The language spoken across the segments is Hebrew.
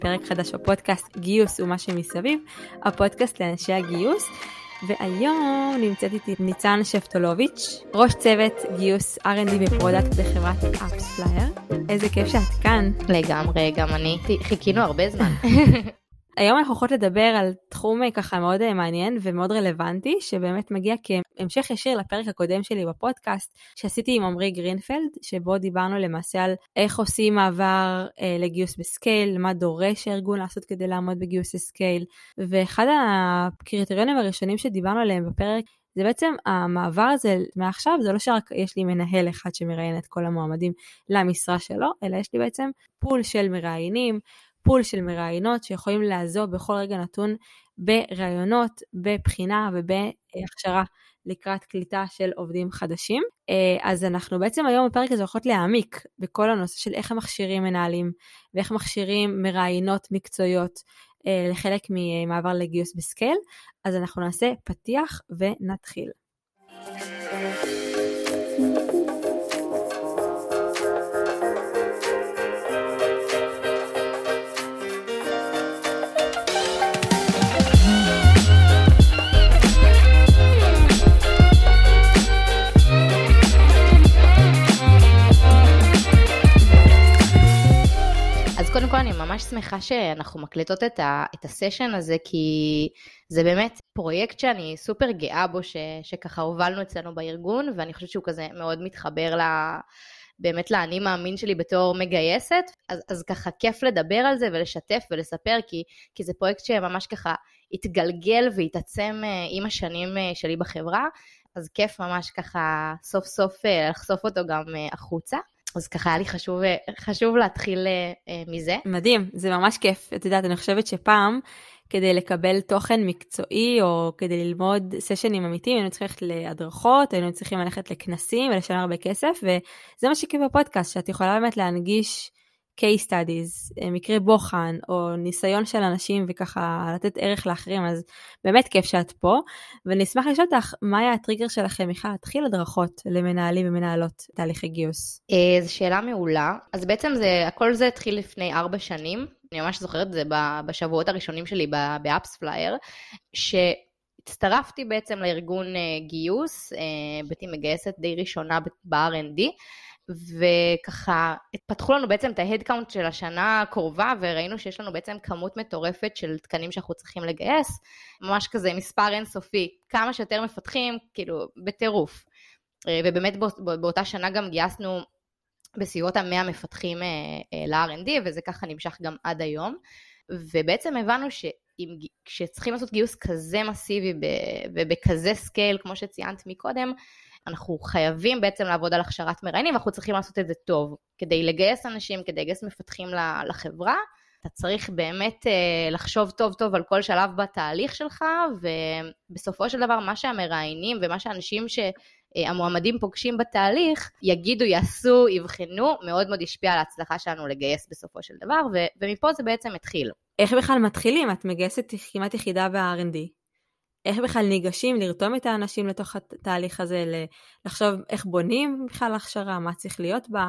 פרק חדש בפודקאסט גיוס ומה שמסביב, הפודקאסט לאנשי הגיוס, והיום נמצאת איתי ניצן שפטולוביץ', ראש צוות גיוס R&D ופרודקט בחברת אפספלייר. איזה כיף שאת כאן. לגמרי, גם אני. חיכינו הרבה זמן. היום אנחנו הולכות לדבר על תחום ככה מאוד מעניין ומאוד רלוונטי, שבאמת מגיע כהמשך ישיר לפרק הקודם שלי בפודקאסט, שעשיתי עם עמרי גרינפלד, שבו דיברנו למעשה על איך עושים מעבר לגיוס בסקייל, מה דורש הארגון לעשות כדי לעמוד בגיוס בסקייל, ואחד הקריטריונים הראשונים שדיברנו עליהם בפרק, זה בעצם המעבר הזה מעכשיו, זה לא שרק יש לי מנהל אחד שמראיין את כל המועמדים למשרה שלו, אלא יש לי בעצם פול של מראיינים, פול של מראיינות שיכולים לעזור בכל רגע נתון ברעיונות, בבחינה ובהכשרה לקראת קליטה של עובדים חדשים. אז אנחנו בעצם היום בפרק הזה הולכות להעמיק בכל הנושא של איך המכשירים מנהלים ואיך מכשירים מראיינות מקצועיות לחלק ממעבר לגיוס בסקייל. אז אנחנו נעשה פתיח ונתחיל. קודם כל אני ממש שמחה שאנחנו מקליטות את הסשן הזה, כי זה באמת פרויקט שאני סופר גאה בו, שככה הובלנו אצלנו בארגון, ואני חושבת שהוא כזה מאוד מתחבר באמת לאני מאמין שלי בתור מגייסת, אז ככה כיף לדבר על זה ולשתף ולספר, כי זה פרויקט שממש ככה התגלגל והתעצם עם השנים שלי בחברה, אז כיף ממש ככה סוף סוף לחשוף אותו גם החוצה. אז ככה היה לי חשוב להתחיל מזה. מדהים, זה ממש כיף. את יודעת, אני חושבת שפעם, כדי לקבל תוכן מקצועי, או כדי ללמוד סשנים אמיתיים, היינו צריכים ללכת להדרכות, היינו צריכים ללכת לכנסים, ולשלם הרבה כסף, וזה מה שכיף בפודקאסט, שאת יכולה באמת להנגיש case studies, מקרה בוחן, או ניסיון של אנשים, וככה לתת ערך לאחרים, אז באמת כיף שאת פה, ואני אשמח לשאול אותך, מה היה הטריגר שלכם, מיכל, להתחיל הדרכות למנהלים ומנהלות תהליכי גיוס? זו שאלה מעולה, אז בעצם הכל זה התחיל לפני 4 שנים, אני ממש זוכרת את זה בשבועות הראשונים שלי באפספלייר, שהצטרפתי בעצם לארגון גיוס, הייתי מגייסת די ראשונה ב-R&D, וככה פתחו לנו בעצם את ההדקאונט של השנה הקרובה, וראינו שיש לנו בעצם כמות מטורפת של תקנים שאנחנו צריכים לגייס, ממש כזה מספר אינסופי, כמה שיותר מפתחים, כאילו בטירוף. ובאמת באותה שנה גם גייסנו בסביבות 100 מפתחים ל-R&D, וזה ככה נמשך גם עד היום, ובעצם הבנו שצריכים לעשות גיוס כזה מסיבי ובכזה סקייל, כמו שציינת מקודם, אנחנו חייבים בעצם לעבוד על הכשרת מראיינים, ואנחנו צריכים לעשות את זה טוב. כדי לגייס אנשים, כדי לגייס מפתחים לחברה, אתה צריך באמת לחשוב טוב טוב על כל שלב בתהליך שלך, ובסופו של דבר מה שהמראיינים ומה שהאנשים שהמועמדים פוגשים בתהליך, יגידו, יעשו, יבחנו, מאוד מאוד ישפיע על ההצלחה שלנו לגייס בסופו של דבר, ומפה זה בעצם התחיל. איך בכלל מתחילים? את מגייסת כמעט יחידה ב-R&D. איך בכלל ניגשים לרתום את האנשים לתוך התהליך הזה, לחשוב איך בונים בכלל הכשרה, מה צריך להיות בה,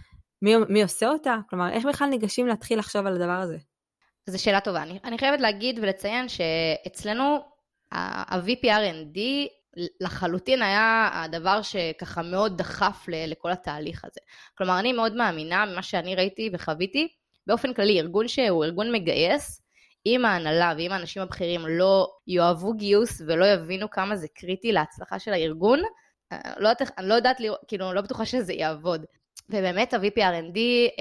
מי עושה אותה, כלומר, איך בכלל ניגשים להתחיל לחשוב על הדבר הזה? זו שאלה טובה. אני חייבת להגיד ולציין שאצלנו, ה-VP R&D לחלוטין היה הדבר שככה מאוד דחף לכל התהליך הזה. כלומר, אני מאוד מאמינה ממה שאני ראיתי וחוויתי, באופן כללי, ארגון שהוא ארגון מגייס, אם ההנהלה ואם האנשים הבכירים לא יאהבו גיוס ולא יבינו כמה זה קריטי להצלחה של הארגון, אני לא יודעת, כאילו, לא בטוחה שזה יעבוד. ובאמת ה-VP R&D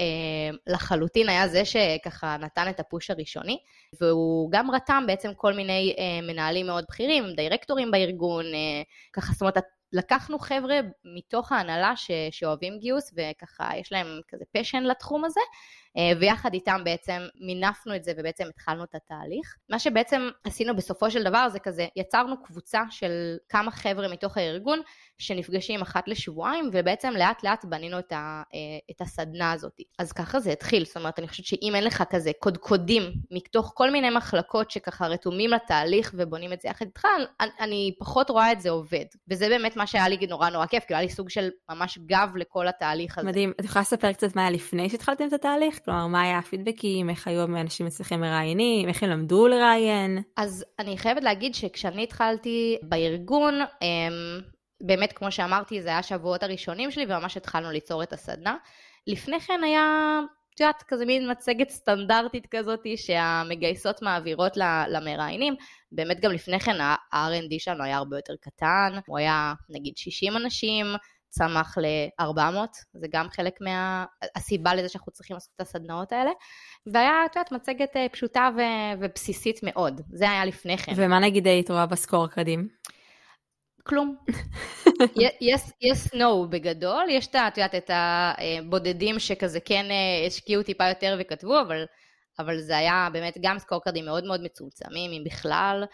לחלוטין היה זה שככה נתן את הפוש הראשוני, והוא גם רתם בעצם כל מיני מנהלים מאוד בכירים, דירקטורים בארגון, ככה, זאת אומרת, לקחנו חבר'ה מתוך ההנהלה שאוהבים גיוס, וככה יש להם כזה פשן לתחום הזה, ויחד איתם בעצם מינפנו את זה, ובעצם התחלנו את התהליך. מה שבעצם עשינו בסופו של דבר, זה כזה, יצרנו קבוצה של כמה חבר'ה מתוך הארגון, שנפגשים אחת לשבועיים, ובעצם לאט לאט בנינו את הסדנה הזאת. אז ככה זה התחיל, זאת אומרת, אני חושבת שאם אין לך כזה קודקודים, מתוך כל מיני מחלקות שככה רתומים לתהליך, ובונים את זה יחד איתך, אני פחות רואה את זה עובד. וזה באמת מה שהיה לי נורא נורא כיף, כאילו היה לי סוג של ממש גב לכל התהליך הזה. מדהים. את יכולה לספר קצת מה היה לפני שהתחלתם את התהליך? כלומר, מה היה הפידבקים, איך היו אנשים אצלכם מראיינים, איך הם למדו לראיין? אז אני חייבת להגיד שכשאני התחלתי בארגון, באמת כמו שאמרתי, זה היה השבועות הראשונים שלי, וממש התחלנו ליצור את הסדנה. לפני כן היה, את יודעת, כזה מין מצגת סטנדרטית כזאת, שהמגייסות מעבירות למראיינים. באמת גם לפני כן ה-R&D שלנו היה הרבה יותר קטן, הוא היה נגיד 60 אנשים, צמח ל-400, זה גם חלק מהסיבה לזה שאנחנו צריכים לעשות את הסדנאות האלה, והיה, את יודעת, מצגת פשוטה ובסיסית מאוד, זה היה לפני כן. ומה נגיד היית רואה בסקור קדים? כלום. yes, no בגדול, יש את יודעת, את הבודדים שכזה כן השקיעו טיפה יותר וכתבו, אבל זה היה באמת גם סקורקרדים מאוד מאוד מצומצמים, אם בכלל,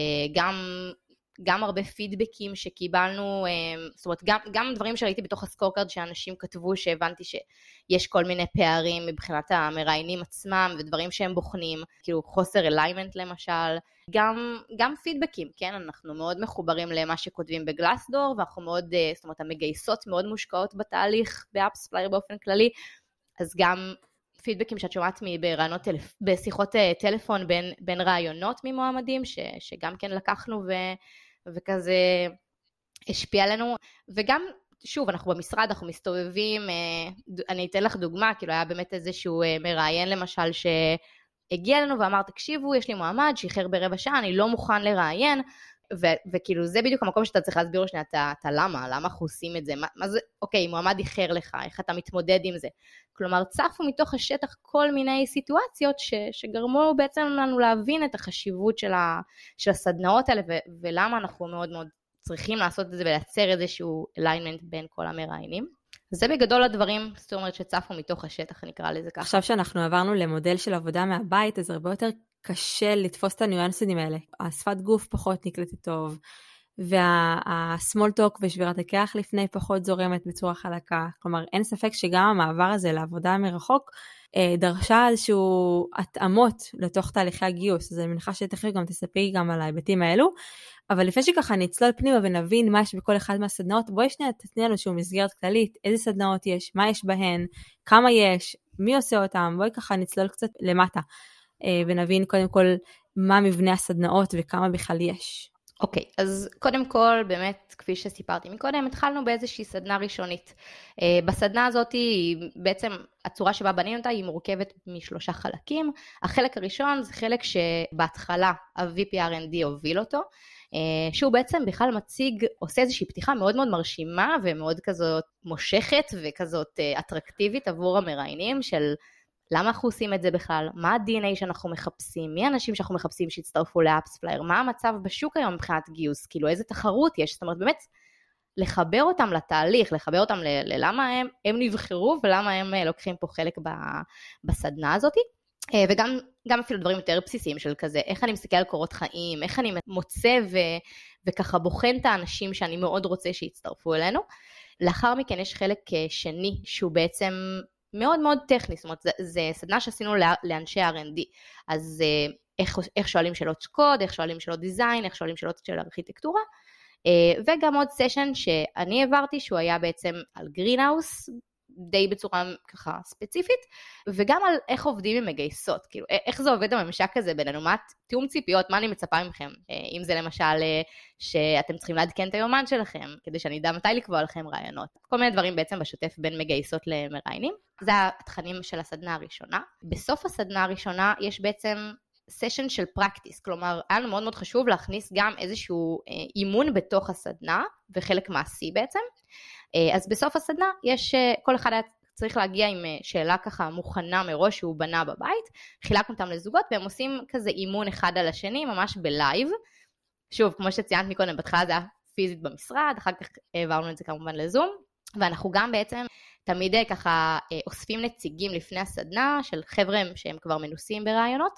גם הרבה פידבקים שקיבלנו, זאת אומרת, גם דברים שראיתי בתוך הסקורקרד שאנשים כתבו, שהבנתי שיש כל מיני פערים מבחינת המראיינים עצמם, ודברים שהם בוחנים, כאילו חוסר אליימנט למשל, גם פידבקים, כן? אנחנו מאוד מחוברים למה שכותבים בגלאסדור, ואנחנו מאוד, זאת אומרת, המגייסות מאוד מושקעות בתהליך, באפספלייר באופן כללי, אז גם פידבקים שאת שומעת בשיחות טלפון בין רעיונות ממועמדים, שגם כן לקחנו וכזה השפיע עלינו, וגם, שוב, אנחנו במשרד, אנחנו מסתובבים, אני אתן לך דוגמה, כאילו היה באמת איזשהו מראיין למשל, שהגיע לנו ואמר, תקשיבו, יש לי מועמד שאיחר ברבע שעה, אני לא מוכן לראיין, וכאילו זה בדיוק המקום שאתה צריך להסביר לו שנייה, אתה למה אנחנו עושים את זה, מה זה, אוקיי, מועמד איחר לך, איך אתה מתמודד עם זה, כלומר צפו מתוך השטח כל מיני סיטואציות שגרמו בעצם לנו להבין את החשיבות של הסדנאות האלה, ולמה אנחנו מאוד מאוד צריכים לעשות את זה, ולייצר איזשהו alignment בין כל המראיינים. זה בגדול הדברים, זאת אומרת שצפו מתוך השטח, נקרא לזה ככה. עכשיו שאנחנו עברנו למודל של עבודה מהבית, אז הרבה יותר קשה לתפוס את הניואנסים האלה. השפת גוף פחות נקלטת טוב, והסמול טוק ושבירת הכוח לפני פחות זורמת בצורה חלקה. כלומר, אין ספק שגם המעבר הזה לעבודה מרחוק, דרשה איזשהו התאמות לתוך תהליכי הגיוס. אז אני מניחה שתכף גם תספרי גם על ההיבטים האלו. אבל לפני שככה נצלול פנימה ונבין מה יש בכל אחד מהסדנאות, בואי שנייה תתני לנו שהוא מסגרת כללית, איזה סדנאות יש, מה יש בהן, כמה יש, מי עושה אותם, בואי ככה נצלול קצת למטה, ונבין קודם כל מה מבנה הסדנאות וכמה בכלל יש. אוקיי, אז קודם כל, באמת, כפי שסיפרתי מקודם, התחלנו באיזושהי סדנה ראשונית. בסדנה הזאת, בעצם הצורה שבה בנינו אותה, היא מורכבת משלושה חלקים. החלק הראשון זה חלק שבהתחלה ה-VP R&D הוביל אותו, שהוא בעצם בכלל מציג, עושה איזושהי פתיחה מאוד מאוד מרשימה, ומאוד כזאת מושכת וכזאת אטרקטיבית עבור המראיינים של למה אנחנו עושים את זה בכלל, מה ה-DNA שאנחנו מחפשים, מי האנשים שאנחנו מחפשים שהצטרפו לאפספלייר, מה המצב בשוק היום מבחינת גיוס, כאילו איזה תחרות יש, זאת אומרת באמת לחבר אותם לתהליך, לחבר אותם ללמה הם נבחרו ולמה הם לוקחים פה חלק בסדנה הזאת, וגם אפילו דברים יותר בסיסיים של כזה, איך אני מסתכל על קורות חיים, איך אני מוצא וככה בוחן את האנשים שאני מאוד רוצה שיצטרפו אלינו. לאחר מכן יש חלק שני שהוא בעצם מאוד מאוד טכני, זאת אומרת, זה סדנה שעשינו לאנשי R&D, אז איך שואלים שאלות קוד, איך שואלים שאלות דיזיין, איך שואלים שאלות של ארכיטקטורה, וגם עוד סשן שאני העברתי, שהוא היה בעצם על גרינהאוס, די בצורה ככה ספציפית, וגם על איך עובדים עם מגייסות, כאילו, איך זה עובד הממשק הזה בינינו, מה תיאום ציפיות, מה אני מצפה מכם, אם זה למשל שאתם צריכים לעדכן את היומן שלכם, כדי שאני אדע מתי לקבוע לכם רעיונות, כל מיני דברים בעצם בשוטף בין מגייסות למראיינים, זה התכנים של הסדנה הראשונה. בסוף הסדנה הראשונה יש בעצם סשן של פרקטיס, כלומר, היה לנו מאוד מאוד חשוב להכניס גם איזשהו אימון בתוך הסדנה, וחלק מעשי בעצם, אז בסוף הסדנה יש, כל אחד היה צריך להגיע עם שאלה ככה מוכנה מראש שהוא בנה בבית, חילקנו אותם לזוגות והם עושים כזה אימון אחד על השני ממש בלייב, שוב כמו שציינת מקודם, בהתחלה זה היה פיזית במשרד, אחר כך העברנו את זה כמובן לזום, ואנחנו גם בעצם תמיד ככה אוספים נציגים לפני הסדנה של חבר'ה שהם כבר מנוסים ברעיונות,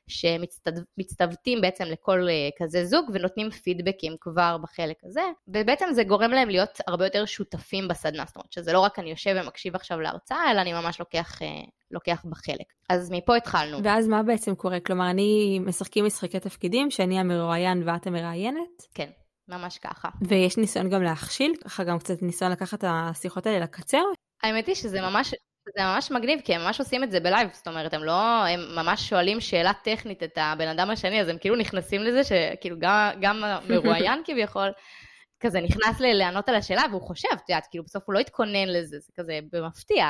שמצטוותים בעצם לכל כזה זוג ונותנים פידבקים כבר בחלק הזה, ובעצם זה גורם להם להיות הרבה יותר שותפים בסדנה, זאת אומרת שזה לא רק אני יושב ומקשיב עכשיו להרצאה, אלא אני ממש לוקח בחלק. אז מפה התחלנו. ואז מה בעצם קורה? כלומר, אני משחקים משחקי תפקידים, שאני המרואיין ואת המראיינת? כן. ממש ככה. ויש ניסיון גם להכשיל, ככה גם קצת ניסיון לקחת את השיחות האלה לקצר? האמת היא שזה ממש מגניב, כי הם ממש עושים את זה בלייב, זאת אומרת, הם ממש שואלים שאלה טכנית את הבן אדם השני, אז הם כאילו נכנסים לזה, שכאילו גם מרואיין כביכול, כזה נכנס לענות על השאלה, והוא חושב, את יודעת, כאילו בסוף הוא לא התכונן לזה, זה כזה במפתיע,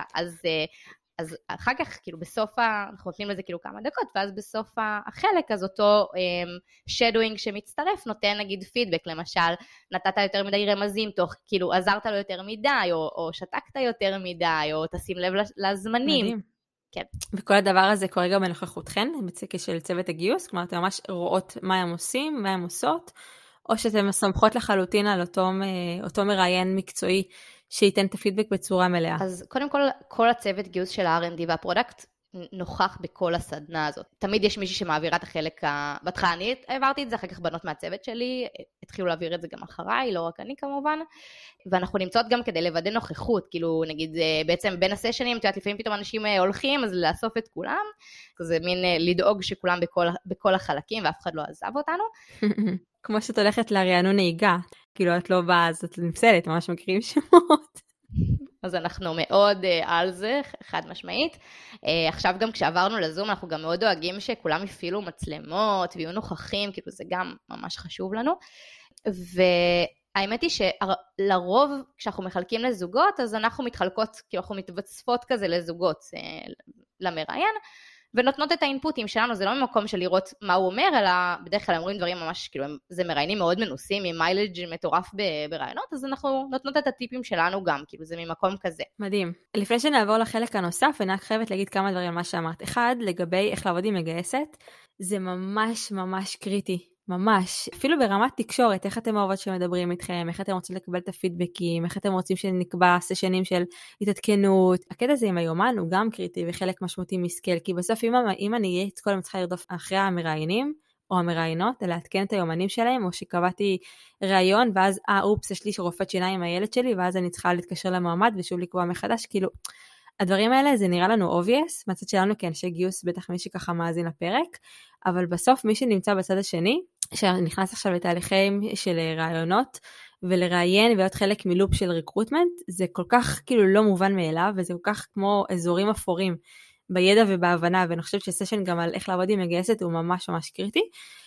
אז אחר כך, כאילו בסוף, אנחנו נותנים לזה כאילו כמה דקות, ואז בסוף החלק, אז אותו שדואינג שמצטרף, נותן נגיד פידבק, למשל, נתת יותר מדי רמזים, תוך כאילו עזרת לו יותר מדי, או שתקת יותר מדי, או תשים לב לזמנים. מדהים. כן. וכל הדבר הזה קורה גם בנוכחותכן, בצקי של צוות הגיוס, כלומר, אתם ממש רואות מה הם עושים, מה הם עושות, או שאתם סומכות לחלוטין על אותו מראיין מקצועי, שייתן את הפידבק בצורה מלאה. אז קודם כל הצוות גיוס של ה-R&D והפרודקט נוכח בכל הסדנה הזאת. תמיד יש מישהי שמעבירה את החלק בהתחלה, אני העברתי את זה, אחר כך בנות מהצוות שלי, התחילו להעביר את זה גם אחריי, לא רק אני כמובן, ואנחנו נמצאות גם כדי לוודא נוכחות, כאילו נגיד בעצם בין הסשנים, לפעמים פתאום אנשים הולכים, אז לאסוף את כולם, זה מין לדאוג שכולם בכל החלקים, ואף אחד לא עזב אותנו. כמו שאת הולכת לרענון נהיגה, כאילו את לא באה, אז את נפסלת, ממש מכירים שמות. אז אנחנו מאוד על זה, חד משמעית. עכשיו גם כשעברנו לזום, אנחנו גם מאוד דואגים שכולם יפעילו מצלמות, ויהיו נוכחים, כאילו זה גם ממש חשוב לנו. והאמת היא שלרוב, כשאנחנו מחלקים לזוגות, אז אנחנו מתחלקות, כאילו אנחנו מתווספות כזה לזוגות למראיין, ונותנות את האינפוטים שלנו, זה לא ממקום של לראות מה הוא אומר, אלא בדרך כלל הם אומרים דברים ממש, כאילו, זה מראיינים מאוד מנוסים, עם מיילג' מטורף ברעיונות, אז אנחנו נותנות את הטיפים שלנו גם, כאילו, זה ממקום כזה. מדהים. לפני שנעבור לחלק הנוסף, אני רק חייבת להגיד כמה דברים על מה שאמרת. אחד, לגבי איך לעבוד עם מגייסת, זה ממש ממש קריטי. ממש, אפילו ברמת תקשורת, איך אתם אוהבות שמדברים איתכם, איך אתם רוצים לקבל את הפידבקים, איך אתם רוצים שנקבע סשנים של התעדכנות. הקטע הזה עם היומן הוא גם קריטי וחלק משמעותי מסקל, כי בסוף אם אני אהיה את כל היום צריכה לרדוף אחרי המראיינים או המראיינות, לעדכן את היומנים שלהם, או שקבעתי ראיון, ואז אופס, יש לי רופאת שיניים עם הילד שלי, ואז אני צריכה להתקשר למועמד ושוב לקבוע מחדש, כאילו, הדברים האלה זה נראה לנו obvious, מהצד שלנו כאנשי גיוס, בטח מי שככה מאזין לפרק, אבל בסוף מי שנמצא בצד השני, שנכנס עכשיו לתהליכים של רעיונות, ולראיין ולהיות חלק מלופ של ריקרוטמנט, זה כל כך כאילו לא מובן מאליו, וזה כל כך כמו אזורים אפורים בידע ובהבנה, ואני חושבת שסשן גם על איך לעבוד עם מגייסת הוא ממש ממש קריטי,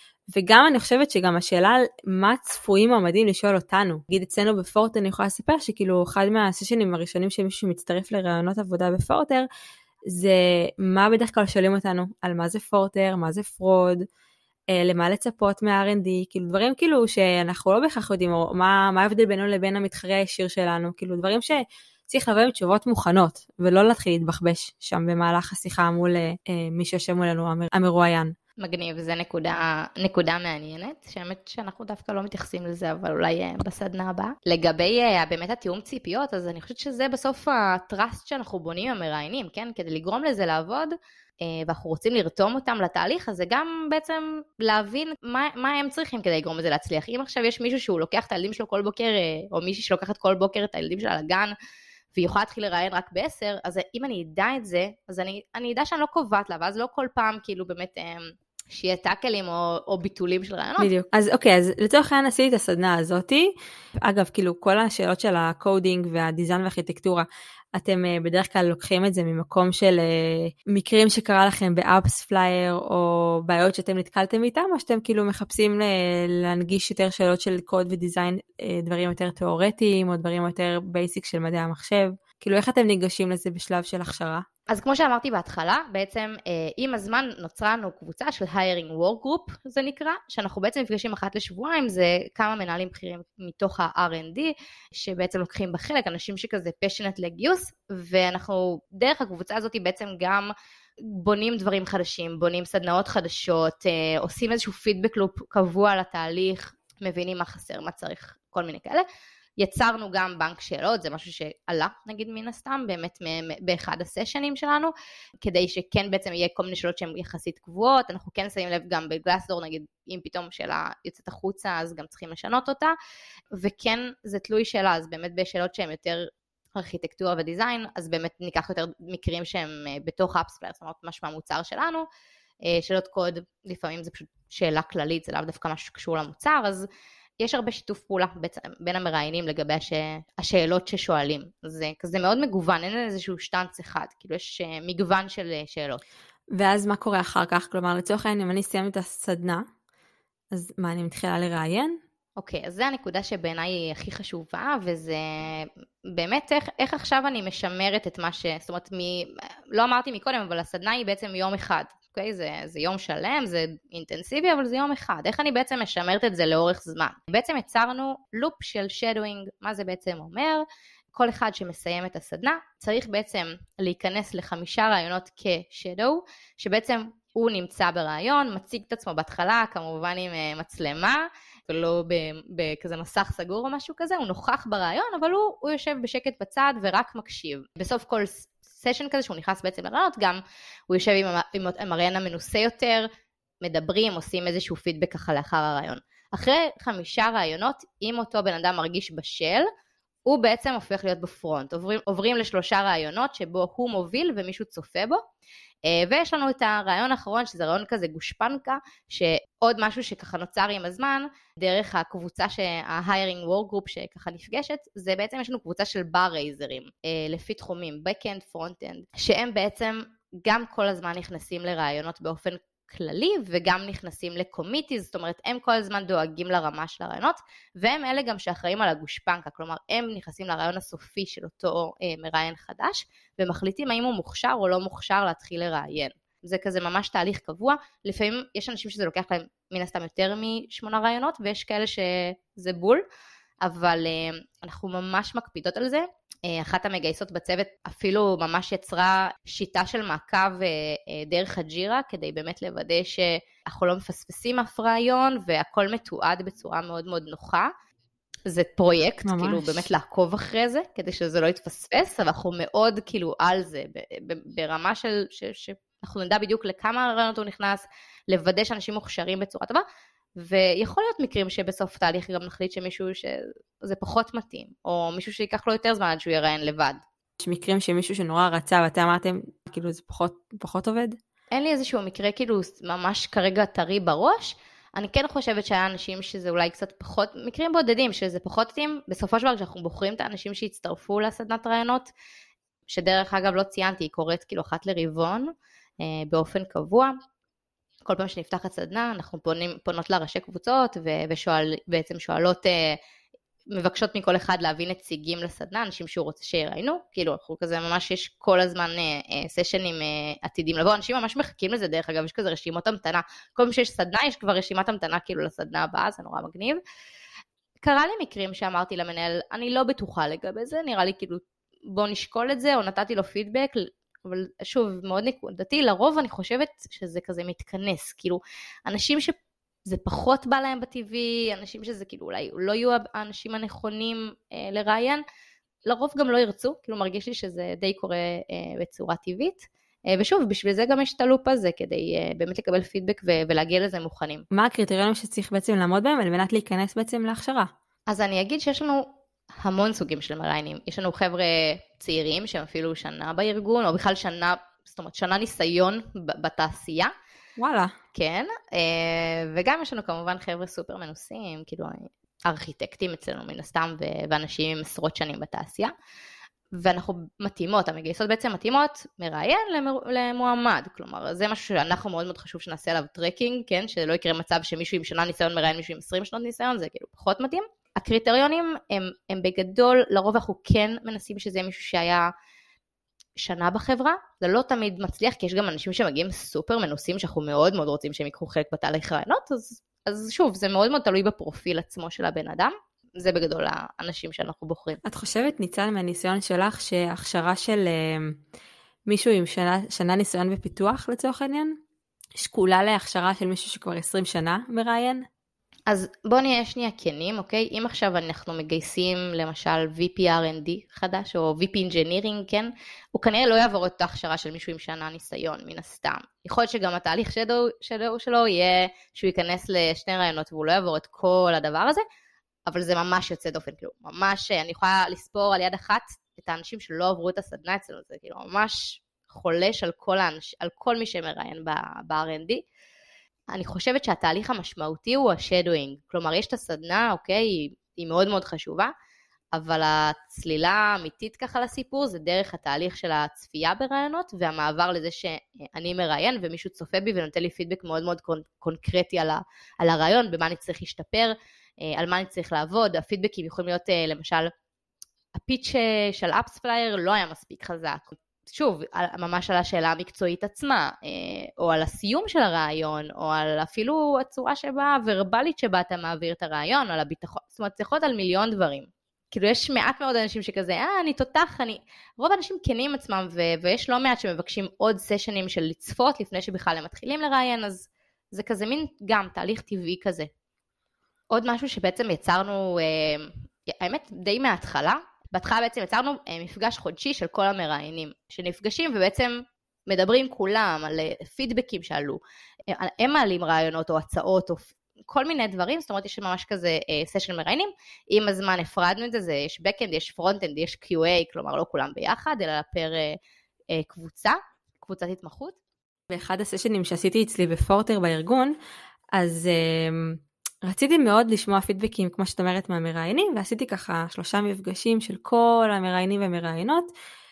וגם אני חושבת שגם השאלה על מה צפויים מועמדים לשאול אותנו. נגיד אצלנו בפורטר אני יכולה לספר שכאילו אחד מהסשנים הראשונים שמישהו מצטרף לרעיונות עבודה בפורטר, זה מה בדרך כלל שואלים אותנו על מה זה פורטר, מה זה פרוד, למה לצפות מה-R&D, כאילו דברים כאילו שאנחנו לא בהכרח יודעים, או מה ההבדל בינו לבין המתחרה הישיר שלנו, כאילו דברים שצריך לבוא עם תשובות מוכנות, ולא להתחיל להתבחבש שם במהלך השיחה מול מי שיושב מולנו, המרואיין. מגניב, זה נקודה מעניינת, שהאמת שאנחנו דווקא לא מתייחסים לזה, אבל אולי בסדנה הבאה. לגבי באמת התיאום ציפיות, אז אני חושבת שזה בסוף הטראסט שאנחנו בונים המראיינים, כן? כדי לגרום לזה לעבוד, ואנחנו רוצים לרתום אותם לתהליך, אז זה גם בעצם להבין מה הם צריכים כדי לגרום לזה להצליח. אם עכשיו יש מישהו שהוא לוקח את הילדים שלו כל בוקר, או מישהי שלוקחת כל בוקר את הילדים שלה לגן, והיא יכולה להתחיל לראיין רק ב10, אז אם אני אדע את זה, אז אני אדע שאני לא קובעת לה, ואז לא כל פעם כאילו באמת שיהיה טאקלים או ביטולים של רעיונות. בדיוק. אז אוקיי, אז לצורך העניין עשיתי את הסדנה הזאתי. אגב, כאילו כל השאלות של הקודינג והדיזיין והארכיטקטורה, אתם בדרך כלל לוקחים את זה ממקום של מקרים שקרה לכם באפס פלייר, או בעיות שאתם נתקלתם איתם, או שאתם כאילו מחפשים להנגיש יותר שאלות של קוד ודיזיין, דברים יותר תיאורטיים, או דברים יותר בייסיק של מדעי המחשב. כאילו איך אתם ניגשים לזה בשלב של הכשרה? אז כמו שאמרתי בהתחלה, בעצם עם הזמן נוצרה לנו קבוצה של hiring work group, זה נקרא, שאנחנו בעצם מפגשים אחת לשבועיים, זה כמה מנהלים בכירים מתוך ה-R&D, שבעצם לוקחים בחלק, אנשים שכזה passionate לגיוס, ואנחנו דרך הקבוצה הזאת בעצם גם בונים דברים חדשים, בונים סדנאות חדשות, עושים איזשהו פידבק לופ קבוע על התהליך, מבינים מה חסר, מה צריך, כל מיני כאלה. יצרנו גם בנק שאלות, זה משהו שעלה, נגיד מן הסתם, באמת באחד הסשנים שלנו, כדי שכן בעצם יהיה כל מיני שאלות שהן יחסית קבועות, אנחנו כן שמים לב גם בגלאסדור, נגיד, אם פתאום שאלה יוצאת החוצה, אז גם צריכים לשנות אותה, וכן זה תלוי שאלה, אז באמת בשאלות שהן יותר ארכיטקטורה ודיזיין, אז באמת ניקח יותר מקרים שהם בתוך אפספלייר, זאת אומרת, משהו מהמוצר שלנו, שאלות קוד, לפעמים זה פשוט שאלה כללית, זה לאו דווקא משהו שקשור למוצר, אז יש הרבה שיתוף פעולה בין המראיינים לגבי השאלות ששואלים. זה כזה מאוד מגוון, אין איזשהו שטנץ אחד, כאילו יש מגוון של שאלות. ואז מה קורה אחר כך? כלומר, לצורך העניין, אם אני סיימת את הסדנה, אז מה, אני מתחילה לראיין? אוקיי, אז זה הנקודה שבעיניי היא הכי חשובה, וזה באמת איך עכשיו אני משמרת את מה זאת אומרת, לא אמרתי מקודם, אבל הסדנה היא בעצם יום אחד, אוקיי? זה יום שלם, זה אינטנסיבי, אבל זה יום אחד. איך אני בעצם משמרת את זה לאורך זמן? בעצם יצרנו לופ של שדווינג, מה זה בעצם אומר? כל אחד שמסיים את הסדנה, צריך בעצם להיכנס ל5 רעיונות כשדו, שבעצם הוא נמצא ברעיון, מציג את עצמו בהתחלה, כמובן עם מצלמה, ולא בכזה מסך סגור או משהו כזה, הוא נוכח ברעיון, אבל הוא יושב בשקט בצד ורק מקשיב. בסוף כל סשן כזה שהוא נכנס בעצם לרעיונות, גם הוא יושב עם המראיין המנוסה יותר, מדברים, עושים איזשהו פידבק ככה לאחר הרעיון. אחרי 5 רעיונות, אם אותו בן אדם מרגיש בשל, הוא בעצם הופך להיות בפרונט. עוברים ל3 רעיונות שבו הוא מוביל ומישהו צופה בו, ויש לנו את הרעיון האחרון, שזה רעיון כזה גושפנקה, שעוד משהו שככה נוצר עם הזמן, דרך הקבוצה ה-Hiring Work Group שככה נפגשת, זה בעצם יש לנו קבוצה של בר רייזרים, לפי תחומים, Backend, Frontend, שהם בעצם גם כל הזמן נכנסים לרעיונות באופן כללי, וגם נכנסים לקומיטיז, זאת אומרת, הם כל הזמן דואגים לרמה של הרעיונות, והם אלה גם שאחראים על הגושפנקה, כלומר, הם נכנסים לרעיון הסופי של אותו מראיין חדש, ומחליטים האם הוא מוכשר או לא מוכשר להתחיל לראיין. זה כזה ממש תהליך קבוע, לפעמים יש אנשים שזה לוקח להם מן הסתם יותר מ8 רעיונות, ויש כאלה שזה בול, אבל אנחנו ממש מקפידות על זה. אחת המגייסות בצוות אפילו ממש יצרה שיטה של מעקב דרך הג'ירה, כדי באמת לוודא שאנחנו לא מפספסים אף רעיון, והכל מתועד בצורה מאוד מאוד נוחה. זה פרויקט, ממש. כאילו באמת לעקוב אחרי זה, כדי שזה לא יתפספס, אבל אנחנו מאוד כאילו על זה, ברמה שאנחנו נדע בדיוק לכמה רעיונות הוא נכנס, לוודא שאנשים מוכשרים בצורה טובה, ויכול להיות מקרים שבסוף תהליך גם נחליט שמישהו שזה פחות מתאים, או מישהו שיקח לו יותר זמן עד שהוא יראיין לבד. יש מקרים שמישהו שנורא רצה, ואתם אמרתם, כאילו זה פחות עובד? אין לי איזשהו מקרה כאילו ממש כרגע טרי בראש, אני כן חושבת שהיה אנשים שזה אולי קצת פחות, מקרים בודדים שזה פחות מתאים, בסופו של דבר כשאנחנו בוחרים את האנשים שהצטרפו לסדנת רעיונות, שדרך אגב לא ציינתי, היא קורית כאילו אחת לרבעון, באופן קבוע, כל פעם שנפתחת סדנה, אנחנו פונות לראשי קבוצות, ובעצם שואלות, מבקשות מכל אחד להביא נציגים לסדנה, אנשים שהוא רוצה שיראיינו, כאילו אנחנו כזה ממש יש כל הזמן סשנים עתידים לבוא, אנשים ממש מחכים לזה דרך אגב, יש כזה רשימות המתנה, כל פעם שיש סדנה יש כבר רשימת המתנה כאילו לסדנה הבאה, זה נורא מגניב. קרה לי מקרים שאמרתי למנהל, אני לא בטוחה לגבי זה, נראה לי כאילו בוא נשקול את זה, או נתתי לו פידבק, אבל שוב, מאוד נקודתי, לרוב אני חושבת שזה כזה מתכנס, כאילו, אנשים שזה פחות בא להם בטבעי, אנשים שזה כאילו אולי לא יהיו האנשים הנכונים לראיין, לרוב גם לא ירצו, כאילו מרגיש לי שזה די קורה בצורה טבעית, ושוב, בשביל זה גם יש את הלופ הזה, כדי באמת לקבל פידבק ולהגיע לזה מוכנים. מה הקריטריונים שצריך בעצם לעמוד בהם, על מנת להיכנס בעצם להכשרה? אז אני אגיד שיש לנו המון סוגים של מראיינים. יש לנו חבר'ה צעירים שהם אפילו שנה בארגון, או בכלל שנה, זאת אומרת, שנה ניסיון בתעשייה. וואלה. כן, וגם יש לנו כמובן חבר'ה סופר מנוסים, כאילו ארכיטקטים אצלנו מן הסתם, ואנשים עם עשרות שנים בתעשייה. ואנחנו מתאימות, המגייסות בעצם מתאימות מראיין למועמד, כלומר זה משהו שאנחנו מאוד מאוד חשוב שנעשה עליו טרקינג, כן, שלא יקרה מצב שמישהו עם שנה ניסיון מראיין מישהו עם 20 שנות ניסיון, זה כאילו פחות מתאים. הקריטריונים הם בגדול, לרוב אנחנו כן מנסים שזה יהיה מישהו שהיה שנה בחברה, זה לא תמיד מצליח, כי יש גם אנשים שמגיעים סופר מנוסים, שאנחנו מאוד מאוד רוצים שהם יקחו חלק בתהליך רעיונות, אז שוב, זה מאוד מאוד תלוי בפרופיל עצמו של הבן אדם, זה בגדול האנשים שאנחנו בוחרים. את חושבת, ניצן, מהניסיון שלך, שהכשרה של מישהו עם שנה ניסיון בפיתוח לצורך העניין, שקולה להכשרה של מישהו שכבר 20 שנה מראיין? אז בוא נהיה שנייה כנים, אוקיי? אם עכשיו אנחנו מגייסים למשל VP R&D חדש, או VP Engineering, כן? הוא כנראה לא יעבור את ההכשרה של מישהו עם שנה ניסיון, מן הסתם. יכול להיות שגם התהליך שלו יהיה שהוא ייכנס לשני רעיונות, והוא לא יעבור את כל הדבר הזה, אבל זה ממש יוצא דופן, כאילו, ממש, אני יכולה לספור על יד אחת את האנשים שלא עברו את הסדנה אצלנו, זה כאילו ממש חולש על כל מי שמראיין ב-R&D. אני חושבת שהתהליך המשמעותי הוא השדואינג, כלומר יש את הסדנה, אוקיי, היא מאוד מאוד חשובה, אבל הצלילה האמיתית ככה לסיפור זה דרך התהליך של הצפייה ברעיונות, והמעבר לזה שאני מראיין ומישהו צופה בי ונותן לי פידבק מאוד מאוד קונקרטי על הרעיון, במה אני צריך להשתפר, על מה אני צריך לעבוד. הפידבקים יכולים להיות למשל, הפיץ' של אפספלייר לא היה מספיק חזק, שוב, ממש על השאלה המקצועית עצמה, או על הסיום של הרעיון, או על אפילו הצורה שבה, הוורבלית שבה אתה מעביר את הרעיון, או על הביטחון, זאת אומרת, צריכות על מיליון דברים. כאילו יש מעט מאוד אנשים שכזה, אני תותח, רוב האנשים כנים עצמם, ויש לא מעט שמבקשים עוד סשנים של לצפות, לפני שבכלל הם מתחילים לראיין, אז זה כזה מין גם תהליך טבעי כזה. עוד משהו שבעצם יצרנו, האמת די מההתחלה, בהתחלה בעצם יצרנו מפגש חודשי של כל המראיינים, שנפגשים ובעצם מדברים כולם על פידבקים שעלו, הם מעלים רעיונות או הצעות או כל מיני דברים, זאת אומרת יש ממש כזה סשן מראיינים, עם הזמן הפרדנו את זה, יש backend, יש frontend, יש QA, כלומר לא כולם ביחד, אלא פר קבוצת התמחות. באחד הסשנים שעשיתי אצלי בפורטר בארגון, אז רציתי מאוד לשמוע פידבקים, כמו שאת אומרת, מהמראיינים, ועשיתי ככה 3 מפגשים של כל המראיינים ומראיינות,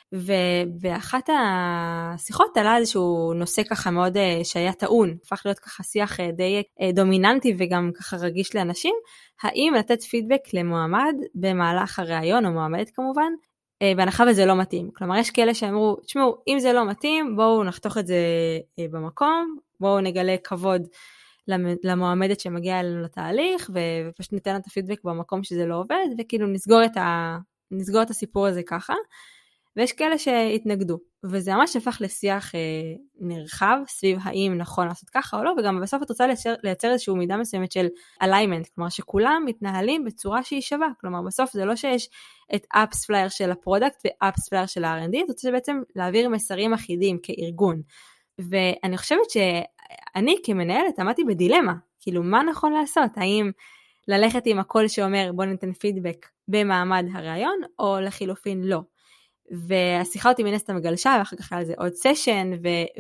ובאחת השיחות עלה איזשהו נושא ככה מאוד שהיה טעון, הפך להיות ככה שיח די דומיננטי וגם ככה רגיש לאנשים, האם לתת פידבק למועמד במהלך הראיון, או מועמדת כמובן, בהנחה וזה לא מתאים. כלומר, יש כאלה שאמרו, תשמעו, אם זה לא מתאים, בואו נחתוך את זה במקום, בואו נגלה כבוד למועמדת שמגיעה אלינו לתהליך, ופשוט ניתן את הפידבק במקום שזה לא עובד, וכאילו נסגור את הסיפור הזה ככה, ויש כאלה שהתנגדו, וזה ממש הפך לשיח נרחב, סביב האם נכון לעשות ככה או לא, וגם בסוף את רוצה לייצר איזשהו מידה מסוימת של alignment, כלומר שכולם מתנהלים בצורה שהיא שווה, כלומר בסוף זה לא שיש את אפס פלייר של הפרודקט, ואפס פלייר של ה-R&D, את רוצה בעצם להעביר מסרים אחידים כארגון, ואני חושבת שאני כמנהלת עמדתי בדילמה, כאילו מה נכון לעשות, האם ללכת עם הקול שאומר בוא ניתן פידבק במעמד הרעיון, או לחילופין לא. והשיחה אותי מן הסתם גלשה, ואחר כך היה לזה עוד סשן,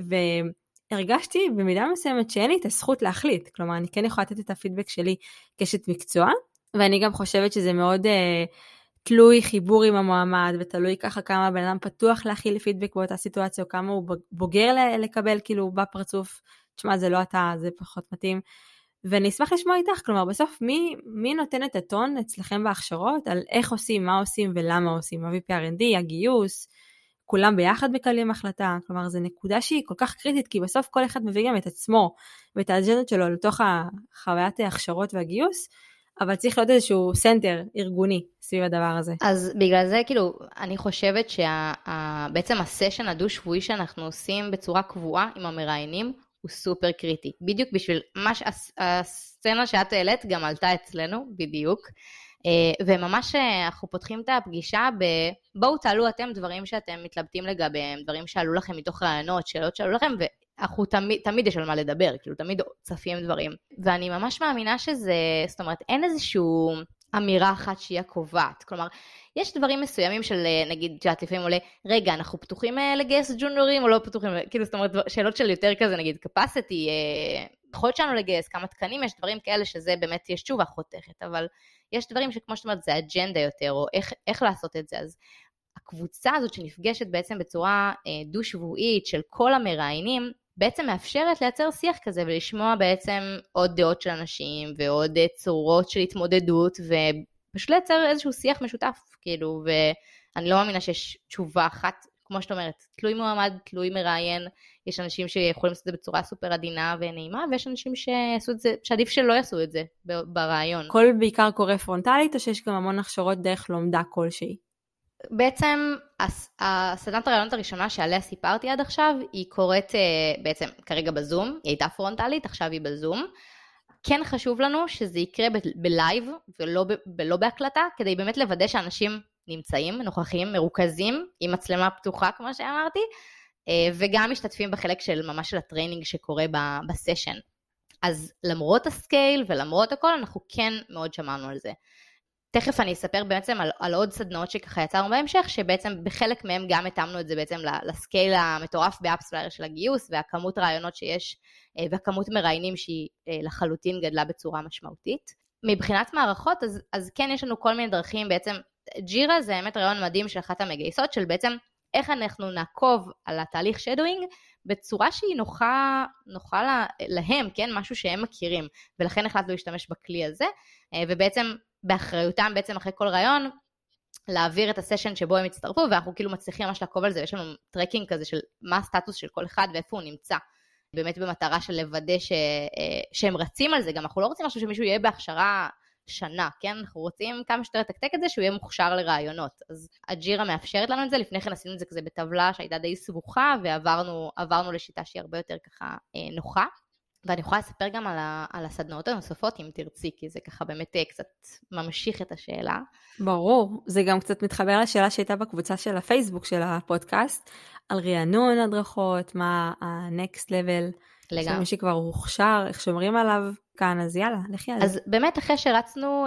והרגשתי במידה מסוימת שאין לי את הזכות להחליט, כלומר אני כן יכולה לתת את הפידבק שלי כשת מקצוע, ואני גם חושבת שזה מאוד תלוי חיבור עם המועמד, ותלוי ככה כמה בן אדם פתוח להכיל פידבק באותה סיטואציה, או כמה הוא בוגר לקבל כאילו בפרצוף, תשמע זה לא אתה, זה פחות מתאים, ואני אשמח לשמוע איתך, כלומר בסוף מי נותן את הטון אצלכם בהכשרות, על איך עושים, מה עושים ולמה עושים, ה-VP/R&D, הגיוס, כולם ביחד מקבלים החלטה, כלומר זה נקודה שהיא כל כך קריטית, כי בסוף כל אחד מביא גם את עצמו, ואת האג'נדות שלו לתוך חוויית ההכשרות והגיוס, אבל צריך להיות איזשהו סנטר ארגוני סביב הדבר הזה. אז בגלל זה כאילו, אני חושבת שבעצם הסשן הדו-שבועי שאנחנו עושים בצורה קבועה עם המראיינים, הוא סופר קריטי. בדיוק בשביל הסצנה שאת העלית גם עלתה אצלנו, בדיוק. וממש אנחנו פותחים את הפגישה בואו תעלו אתם דברים שאתם מתלבטים לגביהם, דברים שעלו לכם מתוך רעיונות, שאלות שעלו לכם, ואנחנו תמיד יש על מה לדבר, כאילו תמיד צפים דברים. ואני ממש מאמינה שזה, זאת אומרת, אין איזשהו אמירה אחת שהיא הקובעת. כלומר, יש דברים מסוימים של, נגיד, שאת לפעמים עולה, רגע, אנחנו פתוחים לגייס ג'וניורים או לא פתוחים, כאילו, זאת אומרת, שאלות של יותר כזה, נגיד, capacity, יכולת שלנו לגייס, כמה תקנים, יש דברים כאלה שזה באמת יש תשובה חותכת, אבל יש דברים שכמו שאת אומרת, זה אג'נדה יותר, או איך לעשות את זה, אז הקבוצה הזאת שנפגשת בעצם בצורה דו-שבועית של כל המראיינים, בעצם מאפשרת לייצר שיח כזה, ולשמוע בעצם עוד דעות של אנשים, ועוד צורות של התמודדות, ופשוט לייצר איזשהו שיח משותף, כאילו, ואני לא מאמינה שיש תשובה אחת, כמו שאת אומרת, תלוי מועמד, תלוי מראיין, יש אנשים שיכולים לעשות את זה בצורה סופר עדינה ונעימה, ויש אנשים שיעשו את זה, שעדיף שלא יעשו את זה ברעיון. כל בעיקר קורה פרונטלית, או שיש גם המון הכשרות דרך לומדה כלשהי? בעצם, הסדנת הרעיונות הראשונה שעליה סיפרתי עד עכשיו, היא קורית בעצם כרגע בזום, היא הייתה פרונטלית, עכשיו היא בזום. כן חשוב לנו שזה יקרה בלייב ולא בהקלטה, כדי באמת לוודא שאנשים נמצאים, נוכחים, מרוכזים, עם מצלמה פתוחה כמו שאמרתי, וגם משתתפים בחלק של ממש של הטריינינג שקורה בסשן. אז למרות הסקייל ולמרות הכל, אנחנו כן מאוד שמענו על זה. תכף אני אספר בעצם על עוד סדנאות שככה יצרנו בהמשך, שבעצם בחלק מהם גם התאמנו את זה בעצם לסקייל המטורף באפספלייר של הגיוס, והכמות רעיונות שיש, והכמות מראיינים שהיא לחלוטין גדלה בצורה משמעותית. מבחינת מערכות, אז כן יש לנו כל מיני דרכים, בעצם ג'ירה זה באמת רעיון מדהים של אחת המגייסות, של בעצם איך אנחנו נעקוב על התהליך שדואינג, בצורה שהיא נוחה להם, כן? משהו שהם מכירים, ולכן החלטנו להשתמש בכלי הזה, ובעצם באחריותם, בעצם אחרי כל רעיון, להעביר את הסשן שבו הם הצטרפו, ואנחנו כאילו מצליחים ממש לעקוב על זה, יש לנו טרקינג כזה של מה הסטטוס של כל אחד, ואיפה הוא נמצא, באמת במטרה של לוודא שהם רצים על זה, גם אנחנו לא רוצים משהו שמישהו יהיה בהכשרה שנה, כן? אנחנו רוצים כמה שיותר לתקתק את זה, שהוא יהיה מוכשר לרעיונות. אז הג'ירה מאפשרת לנו את זה, לפני כן עשינו את זה כזה בטבלה שהייתה די סבוכה, ועברנו לשיטה שהיא הרבה יותר ככה נוחה. ואני יכולה לספר גם על הסדנאות הנוספות, אם תרצי, כי זה ככה באמת קצת ממשיך את השאלה. ברור, זה גם קצת מתחבר לשאלה שהייתה בקבוצה של הפייסבוק של הפודקאסט, על רענון הדרכות, מה ה-next level, לגמרי. שמי שכבר הוכשר, איך שומרים עליו כאן, אז יאללה, לכי על זה. אז באמת אחרי שרצנו,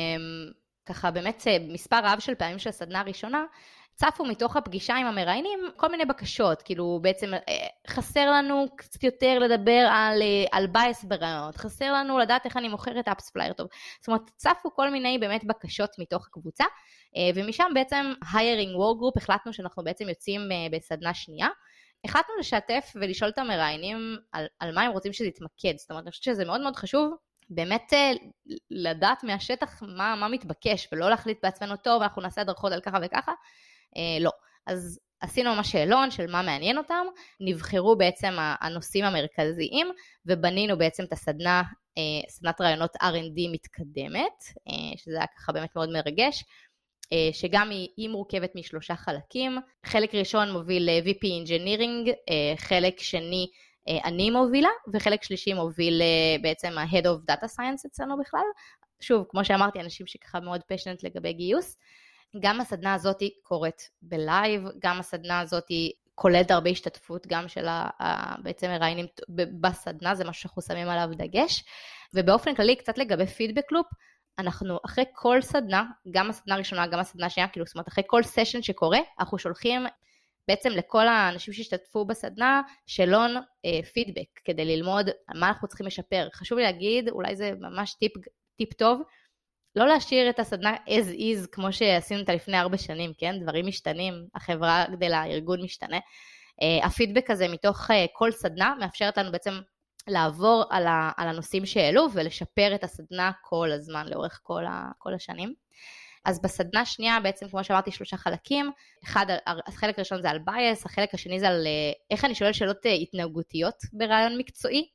ככה באמת מספר רב של פעמים של הסדנה הראשונה, צפו מתוך הפגישה עם המראיינים כל מיני בקשות, כאילו בעצם חסר לנו קצת יותר לדבר על בייס ברעיונות, חסר לנו לדעת איך אני מוכרת אפספלייר טוב, זאת אומרת צפו כל מיני באמת בקשות מתוך הקבוצה, ומשם בעצם hiring war group החלטנו שאנחנו בעצם יוצאים בסדנה שנייה, החלטנו לשתף ולשאול את המראיינים על מה הם רוצים שזה יתמקד, זאת אומרת אני חושבת שזה מאוד מאוד חשוב, באמת לדעת מהשטח מה מתבקש, ולא להחליט בעצמנו טוב, אנחנו נעשה הדרכות על ככה וככה, לא. אז עשינו ממש שאלון של מה מעניין אותם, נבחרו בעצם הנושאים המרכזיים, ובנינו בעצם את הסדנה, סדנת רעיונות R&D מתקדמת, שזה היה ככה באמת מאוד מרגש, שגם היא מורכבת משלושה חלקים, חלק ראשון מוביל VP Engineering, חלק שני אני מובילה, וחלק שלישי מוביל בעצם ה-Head of Data Science אצלנו בכלל, שוב, כמו שאמרתי, אנשים שככה מאוד passionate לגבי גיוס, גם הסדנה הזאת קורית בלייב, גם הסדנה הזאת כוללת הרבה השתתפות, גם של בעצם מראיינים בסדנה, זה משהו שאנחנו שמים עליו דגש, ובאופן כללי קצת לגבי פידבק לופ, אנחנו אחרי כל סדנה, גם הסדנה הראשונה, גם הסדנה השנייה, כאילו זאת אומרת אחרי כל סשן שקורה, אנחנו שולחים בעצם לכל האנשים שהשתתפו בסדנה, שאלון פידבק, כדי ללמוד מה אנחנו צריכים לשפר. חשוב לי להגיד, אולי זה ממש טיפ טוב, לא להשאיר את הסדנה as is, כמו שעשינו אותה לפני 4 שנים, כן? דברים משתנים, החברה גדלה, הארגון משתנה. הפידבק הזה מתוך כל סדנה, מאפשרת לנו בעצם לעבור על הנושאים שהעלו, ולשפר את הסדנה כל הזמן, לאורך כל השנים. אז בסדנה השנייה, בעצם כמו שאמרתי, 3 חלקים. החלק הראשון זה על בייס, החלק השני זה על איך אני שואל שאלות התנהגותיות ברעיון מקצועי,